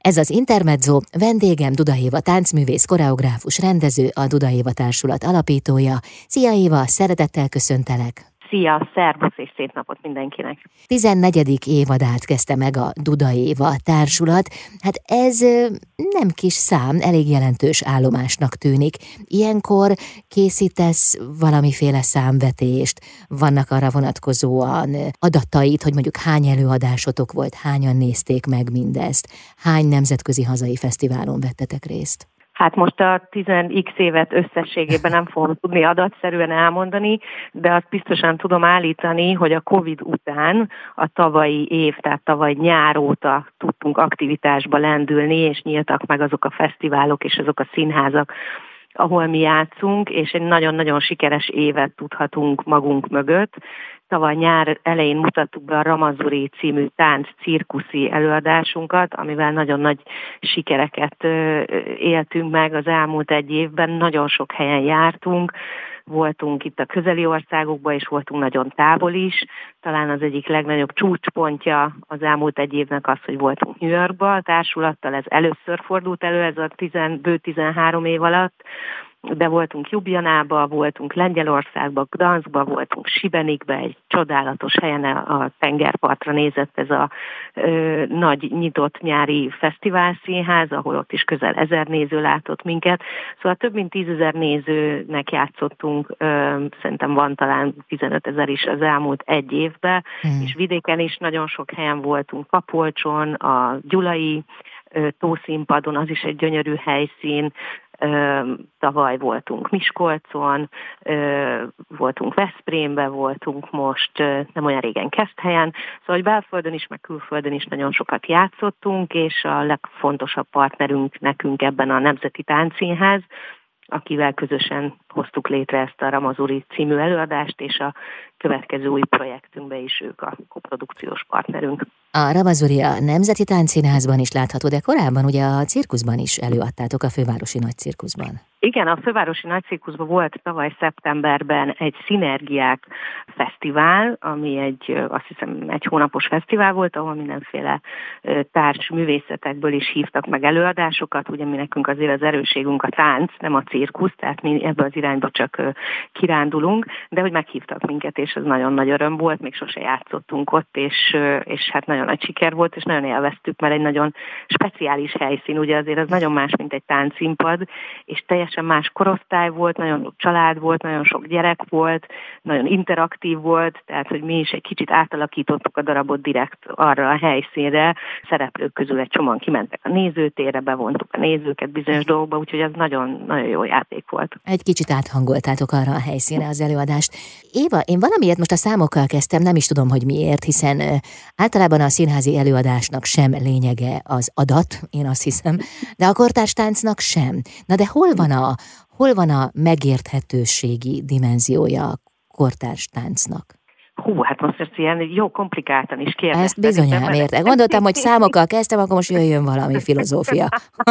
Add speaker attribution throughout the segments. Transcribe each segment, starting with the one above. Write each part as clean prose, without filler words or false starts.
Speaker 1: Ez az Intermezzo, vendégem Duda Éva táncművész, koreográfus, rendező, a Duda Éva Társulat alapítója. Szia Éva, szeretettel köszöntelek!
Speaker 2: Szia, szervusz és szép napot mindenkinek!
Speaker 1: 14. évadát kezdte meg a Duda Éva Társulat. Hát ez nem kis szám, elég jelentős állomásnak tűnik. Ilyenkor készítesz valamiféle számvetést, vannak arra vonatkozóan adataid, hogy mondjuk hány előadásotok volt, hányan nézték meg mindezt, hány nemzetközi hazai fesztiválon vettetek részt?
Speaker 2: Hát most a 10x évet összességében nem fogom tudni adatszerűen elmondani, de azt biztosan tudom állítani, hogy a Covid után a tavalyi év, tehát tavaly nyár óta tudtunk aktivitásba lendülni, és nyíltak meg azok a fesztiválok és azok a színházak, ahol mi játszunk, és egy nagyon-nagyon sikeres évet tudhatunk magunk mögött. Tavaly nyár elején mutattuk be a Ramazuri című tánc-cirkuszi előadásunkat, amivel nagyon nagy sikereket éltünk meg az elmúlt egy évben. Nagyon sok helyen jártunk, voltunk itt a közeli országokban, és voltunk nagyon távol is. Talán az egyik legnagyobb csúcspontja az elmúlt egy évnek az, hogy voltunk New Yorkban a társulattal. Ez először fordult elő, ez a bő 13 év alatt. De voltunk Ljubljanába, voltunk Lengyelországba, Gdanskba, voltunk Sibenikbe, egy csodálatos helyen a tengerpartra nézett ez a nagy nyitott nyári fesztiválszínház, ahol ott is közel 1000 néző látott minket. Szóval több mint 10 000 nézőnek játszottunk, szerintem van talán 15 000 is az elmúlt egy évben, és vidéken is nagyon sok helyen voltunk, Kapolcson, a Gyulai tószínpadon, az is egy gyönyörű helyszín. Tavaly voltunk Miskolcon, voltunk Veszprémben, voltunk most nem olyan régen Keszthelyen, szóval hogy belföldön is, meg külföldön is nagyon sokat játszottunk, és a legfontosabb partnerünk nekünk ebben a Nemzeti Táncszínház, akivel közösen hoztuk létre ezt a Ramazuri című előadást, és a következő új projektünkben is ők a koprodukciós partnerünk.
Speaker 1: A Ramazuri a Nemzeti Táncszínházban is látható, de korábban ugye a cirkuszban is előadtátok, a Fővárosi Nagycirkuszban.
Speaker 2: Igen, a Fővárosi Nagycirkuszban volt tavaly szeptemberben egy Szinergiák fesztivál, ami azt hiszem egy hónapos fesztivál volt, ahol mindenféle társművészetekből is hívtak meg előadásokat. Ugye mi nekünk azért az erősségünk a tánc, nem a cirkusz, tehát mi ebbe az irányba csak kirándulunk, de hogy meghívtak minket, és ez nagyon nagy öröm volt, még sose játszottunk ott, és hát nagyon nagy siker volt, és nagyon élveztük, mert egy nagyon speciális helyszín, ugye azért az nagyon más, mint egy táncszínpad, és teljesen más korosztály volt, nagyon sok család volt, nagyon sok gyerek volt, nagyon interaktív volt, tehát hogy mi is egy kicsit átalakítottuk a darabot direkt arra a helyszínre. Szereplők közül egy csomóan kimentek a nézőtérre, bevontuk a nézőket bizonyos dolgokba, úgyhogy ez nagyon, nagyon jó játék volt.
Speaker 1: Egy kicsit áthangoltátok arra a helyszínre az előadást. Éva, én valamiért most a számokkal kezdtem, nem is tudom, hogy miért, hiszen általában a színházi előadásnak sem lényege az adat, én azt hiszem, de a kortárs táncnak sem. Na de hol van a megérthetőségi dimenziója a kortárs táncnak?
Speaker 2: Hát most ezt ilyen jó komplikáltan is kérdeztem.
Speaker 1: Ezt bizonyám értek. Gondoltam, hogy számokkal kezdtem, akkor most jöjjön valami filozófia.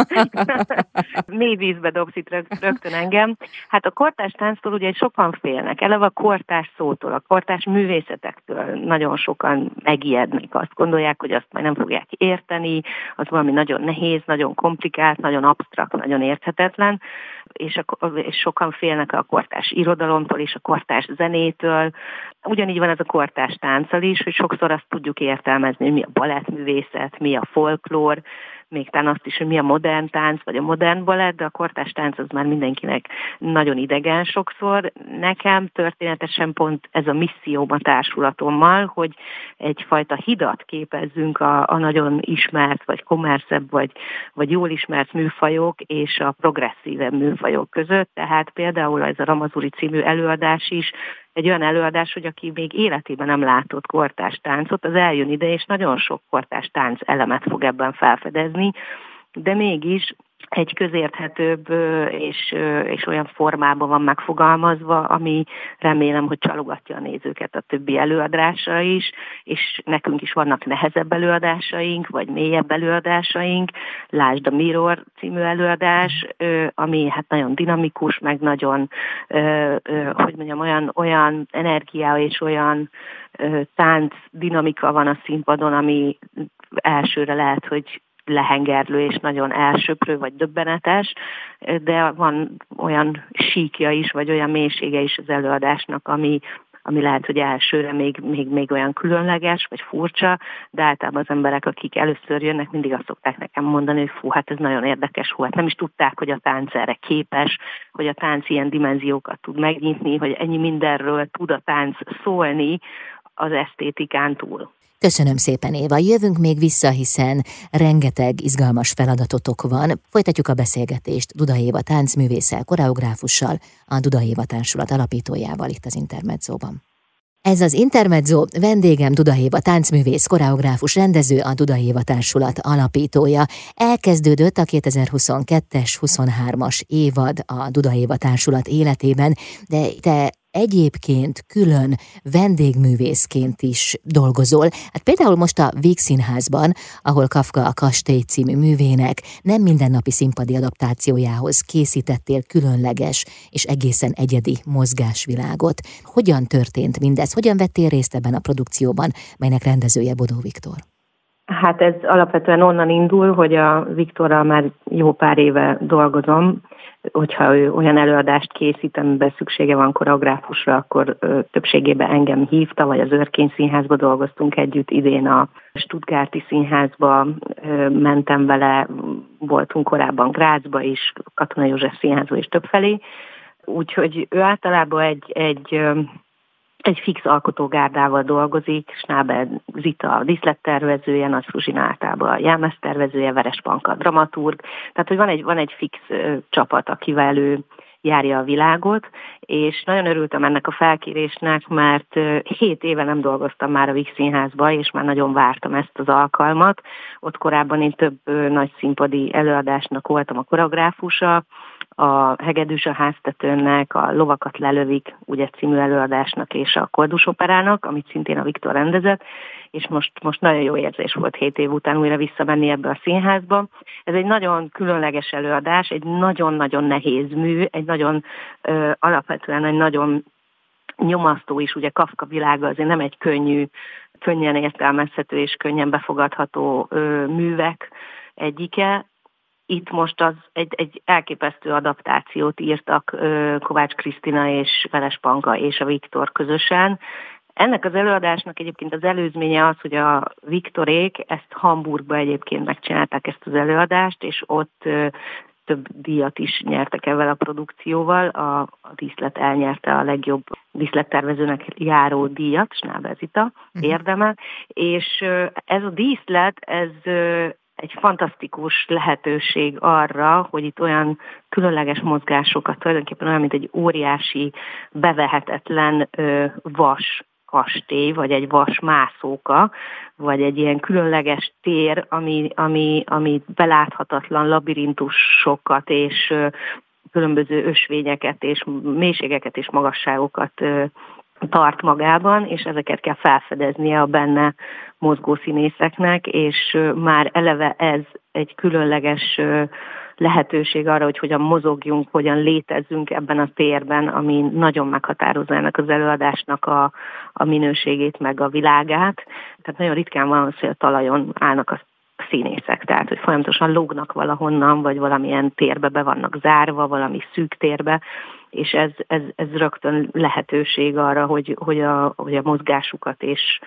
Speaker 2: Mély vízbe dobsz itt rögtön engem. Hát a kortárs tánctól ugye sokan félnek. Eleve a kortárs szótól, a kortárs művészetektől nagyon sokan megijednek. Azt gondolják, hogy azt majd nem fogják érteni, az valami nagyon nehéz, nagyon komplikált, nagyon absztrakt, nagyon érthetetlen, és sokan félnek a kortárs irodalomtól és a kortárs zenétől. Ugyanígy van ez a kortárs tánccal is, hogy sokszor azt tudjuk értelmezni, hogy mi a balettművészet, mi a folklór, még talán azt is, hogy mi a modern tánc, vagy a modern balett, de a kortárs tánc az már mindenkinek nagyon idegen sokszor. Nekem történetesen pont ez a misszióm a társulatommal, hogy egyfajta hidat képezzünk a nagyon ismert, vagy kommerszebb, vagy jól ismert műfajok és a progresszívebb műfajok között. Tehát például ez a Ramazuri című előadás is egy olyan előadás, hogy aki még életében nem látott kortárs táncot, az eljön ide, és nagyon sok kortárs tánc elemet fog ebben felfedezni, de mégis egy közérthetőbb és olyan formában van megfogalmazva, ami remélem, hogy csalogatja a nézőket a többi előadásra is, és nekünk is vannak nehezebb előadásaink, vagy mélyebb előadásaink. Lásd a Mirror című előadás, ami hát nagyon dinamikus, meg nagyon, hogy mondjam, olyan energia és olyan tánc dinamika van a színpadon, ami elsőre lehet, hogy lehengerlő és nagyon elsöprő vagy döbbenetes, de van olyan síkja is, vagy olyan mélysége is az előadásnak, ami lehet, hogy elsőre még olyan különleges, vagy furcsa, de általában az emberek, akik először jönnek, mindig azt szokták nekem mondani, hogy fú, hát ez nagyon érdekes, hát nem is tudták, hogy a tánc erre képes, hogy a tánc ilyen dimenziókat tud megnyitni, hogy ennyi mindenről tud a tánc szólni az esztétikán túl.
Speaker 1: Köszönöm szépen, Éva. Jövünk még vissza, hiszen rengeteg izgalmas feladatotok van. Folytatjuk a beszélgetést Duda Éva táncművésszel, koreográfussal, a Duda Éva Társulat alapítójával itt az Intermedzóban. Ez az Intermezzo, vendégem Duda Éva táncművész, koreográfus, rendező, a Duda Éva Társulat alapítója. Elkezdődött a 2022-es, 23-as évad a Duda Éva Társulat életében, de te egyébként külön vendégművészként is dolgozol. Hát például most a Víg Színházban, ahol Kafka a Kastély című művének nem mindennapi színpadi adaptációjához készítettél különleges és egészen egyedi mozgásvilágot. Hogyan történt mindez? Hogyan vettél részt ebben a produkcióban, melynek rendezője Bodó Viktor?
Speaker 2: Hát ez alapvetően onnan indul, hogy a Viktorral már jó pár éve dolgozom, hogyha ő olyan előadást készít, amiben szüksége van koreográfusra, akkor többségében engem hívta, vagy az Örkény Színházba dolgoztunk együtt, idén a Stuttgarti Színházba mentem vele, voltunk korábban Grazba is, Katona József Színházba is többfelé, úgyhogy ő általában egy fix alkotógárdával dolgozik, Schnabel Zita a díszlettervezője, Nagy Fruzsina általában a jelmeztervezője, Veres Panka a dramaturg, tehát hogy van egy fix csapat, akivel ő járja a világot, és nagyon örültem ennek a felkérésnek, mert 7 éve nem dolgoztam már a Víg Színházba, és már nagyon vártam ezt az alkalmat. Ott korábban én több nagy színpadi előadásnak voltam a koreográfusa, a Hegedűs a háztetőnek, a Lovakat lelövik, ugye című előadásnak és a Koldus operának, amit szintén a Viktor rendezett, és most nagyon jó érzés volt 7 év után újra visszamenni ebbe a színházba. Ez egy nagyon különleges előadás, egy nagyon-nagyon nehéz mű, egy nagyon alapvetően egy nagyon nyomasztó is, ugye Kafka világa azért nem egy könnyen értelmezhető és könnyen befogadható művek egyike. Itt most egy elképesztő adaptációt írtak Kovács Krisztina és Veres Panka és a Viktor közösen. Ennek az előadásnak egyébként az előzménye az, hogy a Viktorék ezt Hamburgba egyébként megcsinálták ezt az előadást, és ott több díjat is nyertek ezzel a produkcióval. A díszlet elnyerte a legjobb díszlettervezőnek járó díjat, Schnabel Zita érdeme, és ez a díszlet, ez egy fantasztikus lehetőség arra, hogy itt olyan különleges mozgásokat, tulajdonképpen olyan, mint egy óriási, bevehetetlen vas kastély, vagy egy vas mászóka, vagy egy ilyen különleges tér, ami beláthatatlan labirintusokat és különböző ösvényeket és mélységeket és magasságokat tart magában, és ezeket kell felfedeznie a benne mozgó színészeknek, és már eleve ez egy különleges lehetőség arra, hogy hogyan mozogjunk, hogyan létezzünk ebben a térben, ami nagyon meghatározza ennek az előadásnak a minőségét, meg a világát. Tehát nagyon ritkán van az, hogy a talajon állnak a színészek, tehát hogy folyamatosan lógnak valahonnan, vagy valamilyen térbe be vannak zárva, valami szűk térbe, és ez rögtön lehetőség arra, hogy a mozgásukat és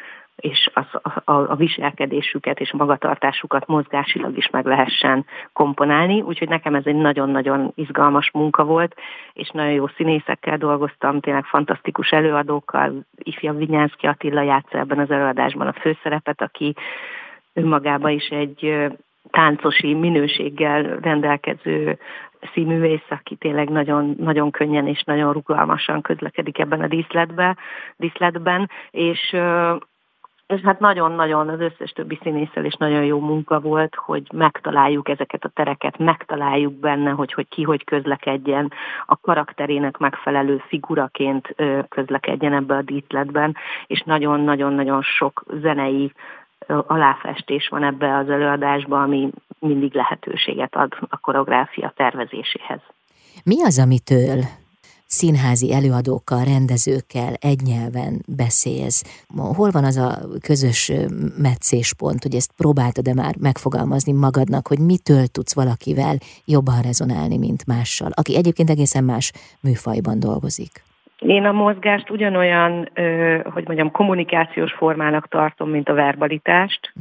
Speaker 2: a viselkedésüket és a magatartásukat mozgásilag is meg lehessen komponálni, úgyhogy nekem ez egy nagyon-nagyon izgalmas munka volt, és nagyon jó színészekkel dolgoztam, tényleg fantasztikus előadókkal, ifjabb Vinyánszky Attila játsza ebben az előadásban a főszerepet, aki önmagában is egy táncosi minőséggel rendelkező színművész, aki tényleg nagyon, nagyon könnyen és nagyon rugalmasan közlekedik ebben a díszletben, és hát nagyon-nagyon az összes többi színésszel is nagyon jó munka volt, hogy megtaláljuk ezeket a tereket, megtaláljuk benne, hogy ki hogy közlekedjen, a karakterének megfelelő figuraként közlekedjen ebbe a díszletben, és nagyon-nagyon-nagyon sok zenei aláfestés van ebbe az előadásba, ami mindig lehetőséget ad a koreográfia tervezéséhez.
Speaker 1: Mi az, amitől színházi előadókkal, rendezőkkel egy nyelven beszélsz. Hol van az a közös meccéspont, hogy ezt próbáltad-e már megfogalmazni magadnak, hogy mitől tudsz valakivel jobban rezonálni, mint mással, aki egyébként egészen más műfajban dolgozik?
Speaker 2: Én a mozgást ugyanolyan, kommunikációs formának tartom, mint a verbalitást,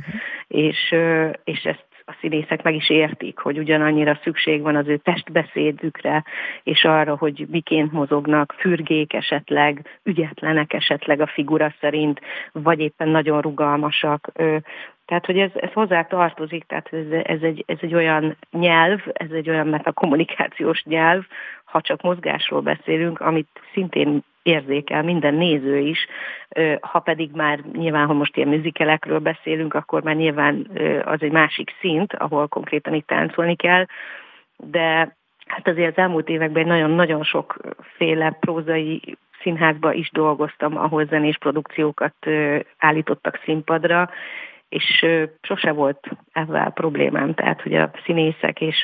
Speaker 2: és ezt a színészek meg is értik, hogy ugyanannyira szükség van az ő testbeszédükre, és arra, hogy miként mozognak, fürgék esetleg, ügyetlenek esetleg a figura szerint, vagy éppen nagyon rugalmasak. Tehát, hogy ez hozzá tartozik, tehát ez egy olyan nyelv, ez egy olyan metakommunikációs nyelv, ha csak mozgásról beszélünk, amit szintén érzékel minden néző is, ha pedig már nyilván, ha most ilyen musicalekről beszélünk, akkor már nyilván az egy másik szint, ahol konkrétan itt táncolni kell, de hát azért az elmúlt években nagyon-nagyon sokféle prózai színházba is dolgoztam, ahol zenés produkciókat állítottak színpadra, és sose volt ezzel problémám, tehát hogy a színészek és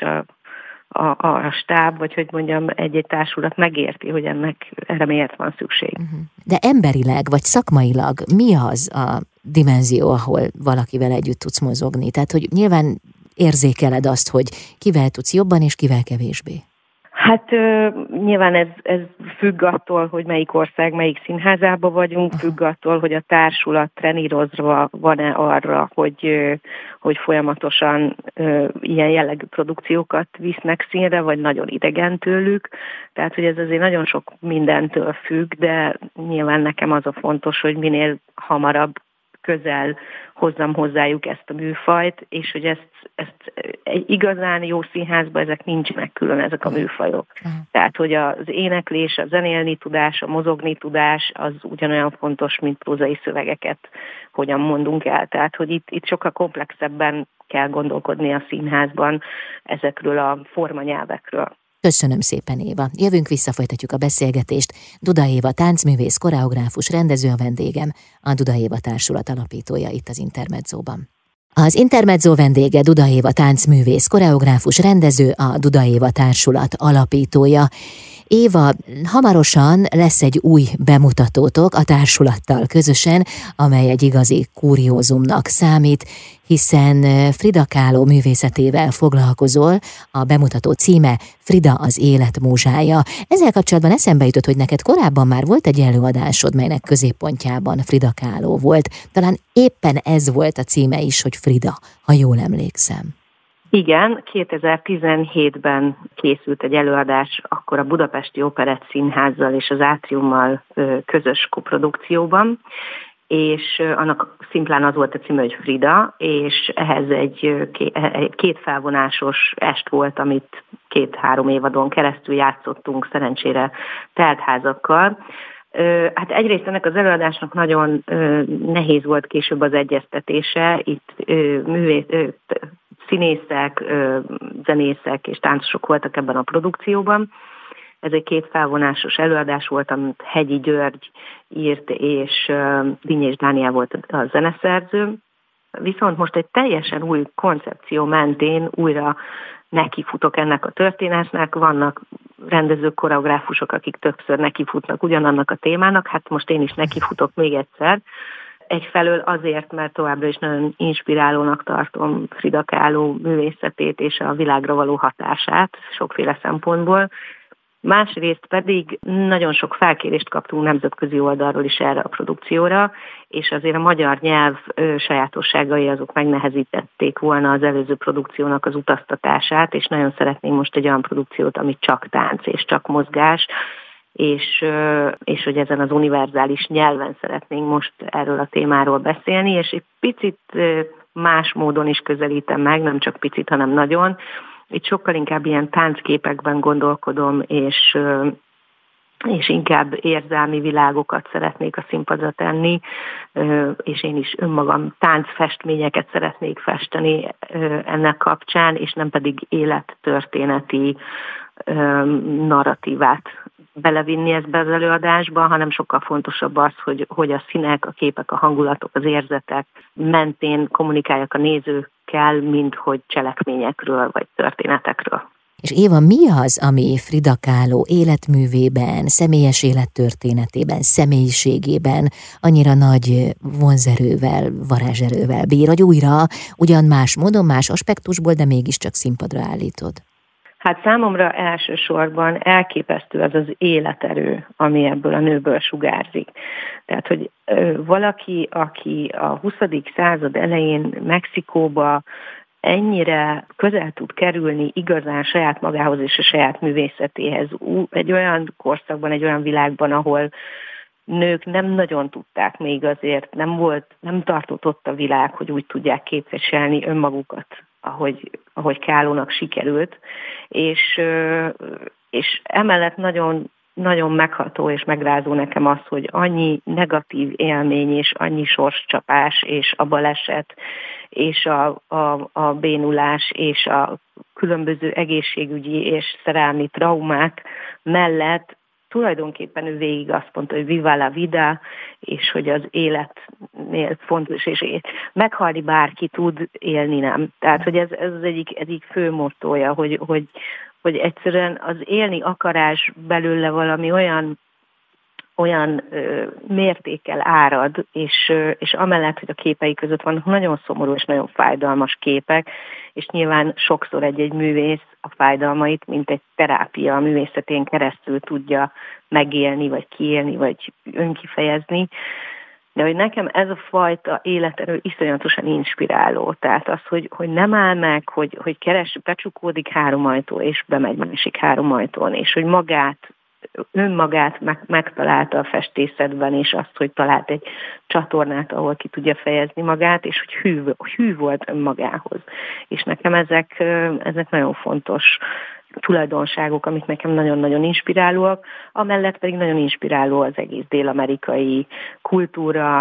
Speaker 2: a stáb, vagy hogy mondjam, egy-egy társulat megérti, hogy erre miért van szükség.
Speaker 1: De emberileg, vagy szakmailag mi az a dimenzió, ahol valakivel együtt tudsz mozogni? Tehát, hogy nyilván érzékeled azt, hogy kivel tudsz jobban, és kivel kevésbé?
Speaker 2: Hát nyilván ez függ attól, hogy melyik ország, melyik színházában vagyunk, függ attól, hogy a társulat trenírozva van-e arra, hogy folyamatosan ilyen jellegű produkciókat visznek színre, vagy nagyon idegen tőlük. Tehát, hogy ez azért nagyon sok mindentől függ, de nyilván nekem az a fontos, hogy minél hamarabb közel hozzam hozzájuk ezt a műfajt, és hogy ezt egy igazán jó színházban ezek nincsenek külön, ezek a műfajok. Tehát, hogy az éneklés, a zenélni tudás, a mozogni tudás, az ugyanolyan fontos, mint prózai szövegeket, hogyan mondunk el. Tehát, hogy itt sokkal komplexebben kell gondolkodni a színházban ezekről a formanyelvekről.
Speaker 1: Köszönöm szépen, Éva. Jövünk vissza, folytatjuk a beszélgetést. Duda Éva táncművész, koreográfus, rendező a vendégem, a Duda Éva Társulat alapítója itt az Intermedzóban. Az Intermedzó vendége Duda Éva táncművész, koreográfus, rendező, a Duda Éva Társulat alapítója. Éva, hamarosan lesz egy új bemutatótok a társulattal közösen, amely egy igazi kuriózumnak számít, hiszen Frida Kahlo művészetével foglalkozol, a bemutató címe Frida az élet múzsája. Ezzel kapcsolatban eszembe jutott, hogy neked korábban már volt egy előadásod, melynek középpontjában Frida Kahlo volt. Talán éppen ez volt a címe is, hogy Frida, ha jól emlékszem.
Speaker 2: Igen, 2017-ben készült egy előadás, akkor a Budapesti Operett Színházzal és az Átriummal közös koprodukcióban, és annak szimplán az volt a címe, hogy Frida, és ehhez egy két felvonásos est volt, amit 2-3 évadon keresztül játszottunk, szerencsére teltházakkal. Hát egyrészt ennek az előadásnak nagyon nehéz volt később az egyeztetése, itt színészek, zenészek és táncosok voltak ebben a produkcióban. Ez egy 2 felvonásos előadás volt, amit Hegyi György írt, és Vinyés Dániel volt a zeneszerző. Viszont most egy teljesen új koncepció mentén újra nekifutok ennek a történetnek. Vannak rendezők, koreográfusok, akik többször nekifutnak ugyanannak a témának, hát most én is nekifutok még egyszer. Egyfelől azért, mert továbbra is nagyon inspirálónak tartom Frida Kahlo művészetét és a világra való hatását sokféle szempontból. Másrészt pedig nagyon sok felkérést kaptunk nemzetközi oldalról is erre a produkcióra, és azért a magyar nyelv sajátosságai azok megnehezítették volna az előző produkciónak az utaztatását, és nagyon szeretnénk most egy olyan produkciót, ami csak tánc és csak mozgás, és hogy ezen az univerzális nyelven szeretnénk most erről a témáról beszélni, és egy picit más módon is közelítem meg, nem csak picit, hanem nagyon. Itt sokkal inkább ilyen táncképekben gondolkodom, és inkább érzelmi világokat szeretnék a színpadra tenni, és én is önmagam táncfestményeket szeretnék festeni ennek kapcsán, és nem pedig élettörténeti narratívát belevinni ebbe az előadásba, hanem sokkal fontosabb az, hogy a színek, a képek, a hangulatok, az érzetek mentén kommunikáljak a nézőkkel, mint hogy cselekményekről vagy történetekről.
Speaker 1: És Éva, mi az, ami Frida Kahlo életművében, személyes élettörténetében, személyiségében annyira nagy vonzerővel, varázserővel bír, hogy újra ugyan más módon, más aspektusból, de mégiscsak színpadra állítod?
Speaker 2: Hát számomra elsősorban elképesztő az az életerő, ami ebből a nőből sugárzik. Tehát, hogy valaki, aki a 20. század elején Mexikóba ennyire közel tud kerülni igazán saját magához és a saját művészetéhez, egy olyan korszakban, egy olyan világban, ahol nők nem nagyon tudták még azért, nem tartott ott a világ, hogy úgy tudják képviselni önmagukat, ahogy Kahlónak sikerült, és emellett nagyon, nagyon megható és megrázó nekem az, hogy annyi negatív élmény és annyi sorscsapás és a baleset és a bénulás és a különböző egészségügyi és szerelmi traumák mellett tulajdonképpen ő végig azt mondta, hogy viva la vida, és hogy az életnél fontos, és meghalni bárki tud, élni nem. Tehát, hogy ez az egyik fő mottója, hogy egyszerűen az élni akarás belőle valami olyan mértékkel árad, és amellett, hogy a képei között vannak nagyon szomorú és nagyon fájdalmas képek, és nyilván sokszor egy művész a fájdalmait, mint egy terápia a művészetén keresztül tudja megélni, vagy kiélni, vagy önkifejezni. De hogy nekem ez a fajta életerő iszonyatosan inspiráló. Tehát az, hogy nem áll meg, hogy becsukódik 3 ajtó, és bemegy másik 3 ajtón, és hogy önmagát megtalálta a festészetben, és azt, hogy talált egy csatornát, ahol ki tudja fejezni magát, és hogy hű volt önmagához. És nekem ezek nagyon fontos tulajdonságok, amik nekem nagyon-nagyon inspirálóak, amellett pedig nagyon inspiráló az egész dél-amerikai kultúra,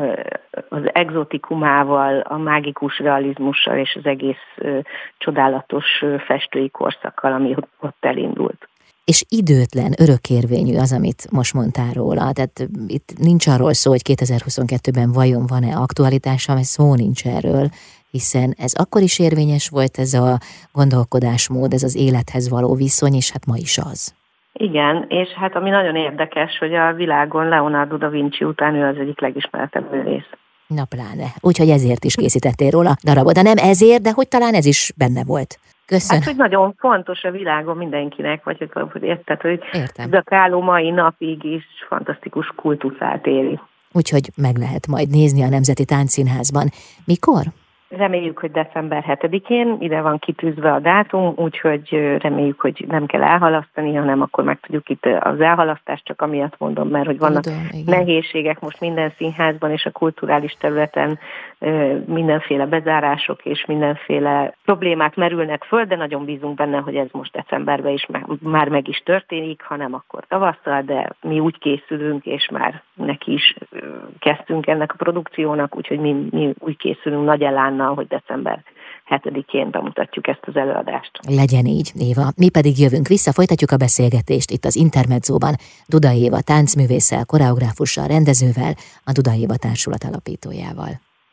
Speaker 2: az egzotikumával, a mágikus realizmussal és az egész csodálatos festői korszakkal, ami ott elindult.
Speaker 1: És időtlen, örökérvényű az, amit most mondtál róla. Tehát itt nincs arról szó, hogy 2022-ben vajon van-e aktualitása, mert szó nincs erről, hiszen ez akkor is érvényes volt, ez a gondolkodásmód, ez az élethez való viszony, és hát ma is az.
Speaker 2: Igen, és hát ami nagyon érdekes, hogy a világon Leonardo da Vinci után ő az egyik legismertebb művész.
Speaker 1: Na pláne. Úgyhogy ezért is készítettél róla darabot. De nem ezért, de hogy talán ez is benne volt. Köszönöm.
Speaker 2: Hát, hogy nagyon fontos a világon mindenkinek, vagy hogy érted, hogy
Speaker 1: értem.
Speaker 2: A Kahlo mai napig is fantasztikus kultuszát éli.
Speaker 1: Úgyhogy meg lehet majd nézni a Nemzeti Táncszínházban. Mikor?
Speaker 2: Reméljük, hogy december 7-én, ide van kitűzve a dátum, úgyhogy reméljük, hogy nem kell elhalasztani, hanem akkor meg tudjuk itt az elhalasztást, csak amiatt mondom, mert hogy vannak nehézségek most minden színházban és a kulturális területen mindenféle bezárások és mindenféle problémák merülnek föl, de nagyon bízunk benne, hogy ez most decemberben is már meg is történik, hanem akkor tavasszal, de mi úgy készülünk, és már neki is kezdtünk ennek a produkciónak, úgyhogy mi úgy készülünk nagy elánnal, hogy december 7-én bemutatjuk ezt az előadást.
Speaker 1: Legyen így, Éva. Mi pedig jövünk vissza, folytatjuk a beszélgetést itt az Intermedzóban Duda Éva táncművésszel, koreográfussal, rendezővel, a Duda Éva Társulat alapítójával.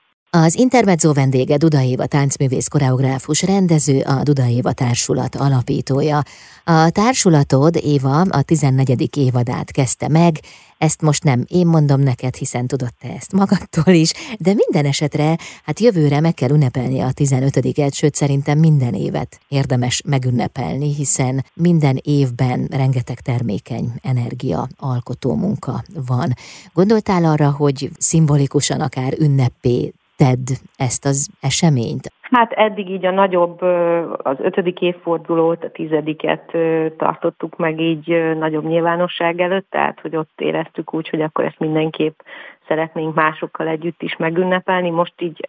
Speaker 1: Az Intermezzo vendége Duda Éva táncművész, koreográfus, rendező, a Duda Éva Társulat alapítója. A társulatod, Éva, a 14. évadát kezdte meg, ezt most nem én mondom neked, hiszen tudod te ezt magadtól is, de minden esetre, hát jövőre meg kell ünnepelni a 15-et, sőt szerintem minden évet érdemes megünnepelni, hiszen minden évben rengeteg termékeny energia, alkotó munka van. Gondoltál arra, hogy szimbolikusan akár ünneppé tedd ezt az eseményt?
Speaker 2: Hát eddig így a nagyobb, az 5. évfordulót, a 10-et tartottuk meg így nagyobb nyilvánosság előtt, tehát hogy ott éreztük úgy, hogy akkor ezt mindenképp szeretnénk másokkal együtt is megünnepelni. Most így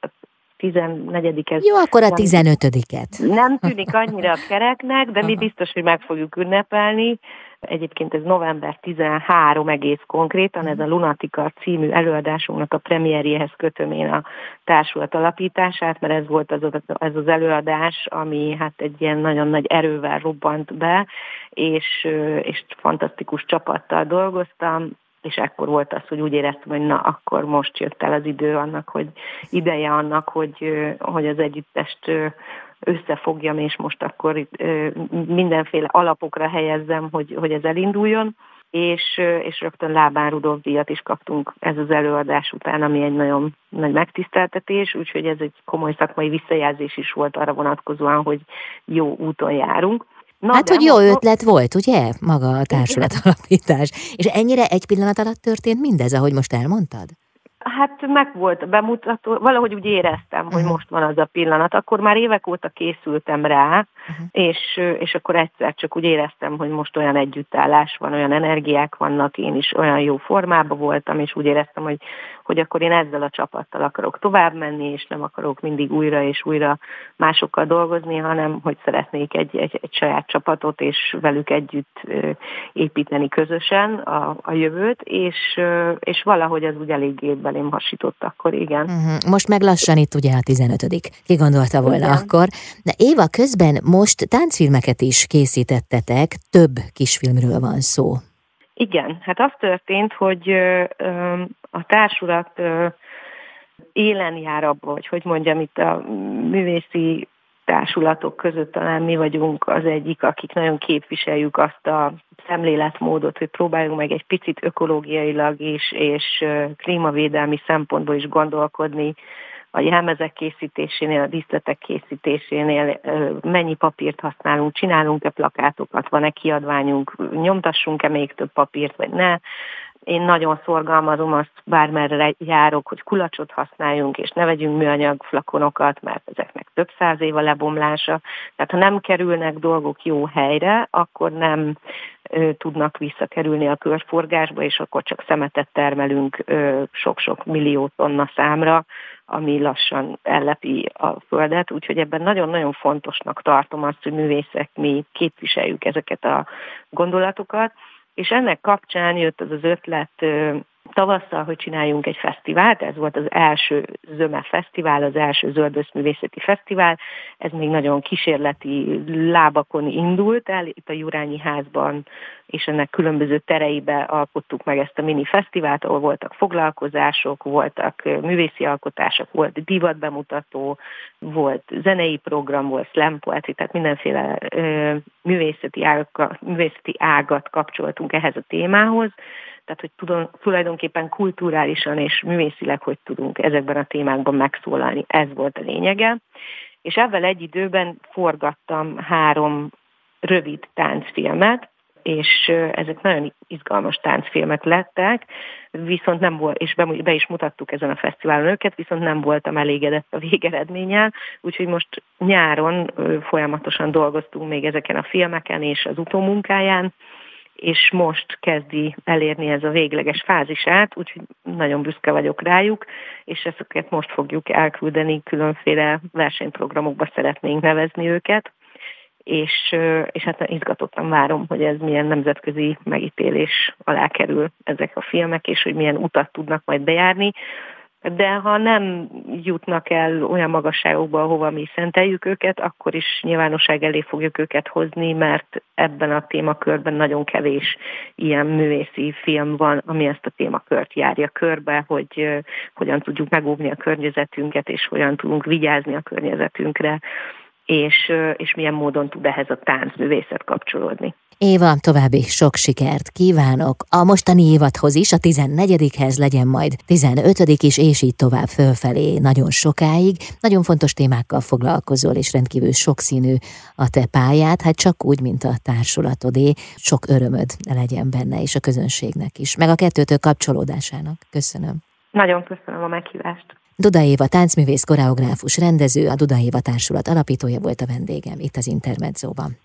Speaker 2: 14.
Speaker 1: Jó, akkor a 15-et.
Speaker 2: Nem tűnik annyira a kereknek, de mi biztos, hogy meg fogjuk ünnepelni. Egyébként ez november 13 egész konkrétan, ez a Lunatica című előadásunknak a premierjéhez kötöm én a társulat alapítását, mert ez volt ez az előadás, ami hát egy ilyen nagyon nagy erővel robbant be, és fantasztikus csapattal dolgoztam, és ekkor volt az, hogy úgy éreztem, hogy na, akkor most jött el az idő annak, hogy ideje annak, hogy az együttest összefogjam, és most akkor itt mindenféle alapokra helyezzem, hogy ez elinduljon. És rögtön Lábán Rudolf díjat is kaptunk ez az előadás után, ami egy nagyon nagy megtiszteltetés, úgyhogy ez egy komoly szakmai visszajelzés is volt arra vonatkozóan, hogy jó úton járunk.
Speaker 1: Hát, hogy jó ötlet volt, ugye? Maga a társulat alapítás. És ennyire egy pillanat alatt történt mindez, ahogy most elmondtad?
Speaker 2: Hát meg volt a bemutató, valahogy úgy éreztem, hogy most van az a pillanat. Akkor már évek óta készültem rá, és akkor egyszer csak úgy éreztem, hogy most olyan együttállás van, olyan energiák vannak, én is olyan jó formában voltam, és úgy éreztem, hogy akkor én ezzel a csapattal akarok tovább menni, és nem akarok mindig újra és újra másokkal dolgozni, hanem hogy szeretnék egy saját csapatot, és velük együtt építeni közösen a jövőt, és valahogy az úgy eléggé belém hasított akkor, igen.
Speaker 1: Most meg lassan itt ugye a 15. Ki gondolta volna igen. Akkor. De Éva, közben most táncfilmeket is készítettetek, több kisfilmről van szó.
Speaker 2: Igen, hát az történt, hogy a társulat élen jár abba, hogy mondjam, itt a művészi társulatok között talán mi vagyunk az egyik, akik nagyon képviseljük azt a szemléletmódot, hogy próbáljunk meg egy picit ökológiailag is, és klímavédelmi szempontból is gondolkodni a jelmezek készítésénél, a díszletek készítésénél, mennyi papírt használunk, csinálunk-e plakátokat, van-e kiadványunk, nyomtassunk-e még több papírt, vagy ne. Én nagyon szorgalmazom azt, bármerre járok, hogy kulacsot használjunk, és ne vegyünk műanyag flakonokat, mert ezeknek több 100 év a lebomlása. Tehát ha nem kerülnek dolgok jó helyre, akkor nem tudnak visszakerülni a körforgásba, és akkor csak szemetet termelünk sok-sok millió tonna számra, ami lassan ellepi a Földet. Úgyhogy ebben nagyon-nagyon fontosnak tartom azt, hogy művészek mi képviseljük ezeket a gondolatokat, és ennek kapcsán jött az ötlet tavasszal, hogy csináljunk egy fesztivált. Ez volt az első Zöme Fesztivál, az első zöldöszművészeti fesztivál. Ez még nagyon kísérleti lábakon indult el, itt a Jurányi házban, és ennek különböző tereibe alkottuk meg ezt a mini fesztivált, ahol voltak foglalkozások, voltak művészi alkotások, volt divatbemutató, volt zenei program, volt slam poetry, tehát mindenféle művészeti ágat kapcsoltunk ehhez a témához. Tehát, hogy tulajdonképpen kulturálisan és művészileg hogy tudunk ezekben a témákban megszólalni. Ez volt a lényege. És ebben egy időben forgattam 3 rövid táncfilmet, és ezek nagyon izgalmas táncfilmek lettek, viszont nem volt, és be is mutattuk ezen a fesztiválon őket, viszont nem voltam elégedett a végeredménnyel, úgyhogy most nyáron folyamatosan dolgoztunk még ezeken a filmeken és az utómunkáján, és most kezdi elérni ez a végleges fázisát, úgyhogy nagyon büszke vagyok rájuk, és ezeket most fogjuk elküldeni, különféle versenyprogramokba szeretnénk nevezni őket, és hát izgatottan várom, hogy ez milyen nemzetközi megítélés alá kerül ezek a filmek, és hogy milyen utat tudnak majd bejárni. De ha nem jutnak el olyan magasságokba, ahova mi szenteljük őket, akkor is nyilvánosság elé fogjuk őket hozni, mert ebben a témakörben nagyon kevés ilyen művészi film van, ami ezt a témakört járja körbe, hogy hogyan tudjuk megóvni a környezetünket, és hogyan tudunk vigyázni a környezetünkre, és milyen módon tud ehhez a táncművészet kapcsolódni.
Speaker 1: Éva, további sok sikert kívánok. A mostani évadhoz is, a 14-hez legyen majd 15. is, és így tovább fölfelé nagyon sokáig. Nagyon fontos témákkal foglalkozol, és rendkívül sokszínű a te pályád, hát csak úgy, mint a társulatodé. Sok örömöd legyen benne, és a közönségnek is, meg a kettőtől kapcsolódásának. Köszönöm.
Speaker 2: Nagyon köszönöm a meghívást.
Speaker 1: Duda Éva táncművész, koreográfus, rendező, a Duda Éva társulat alapítója volt a vendégem itt az Intermedzóban.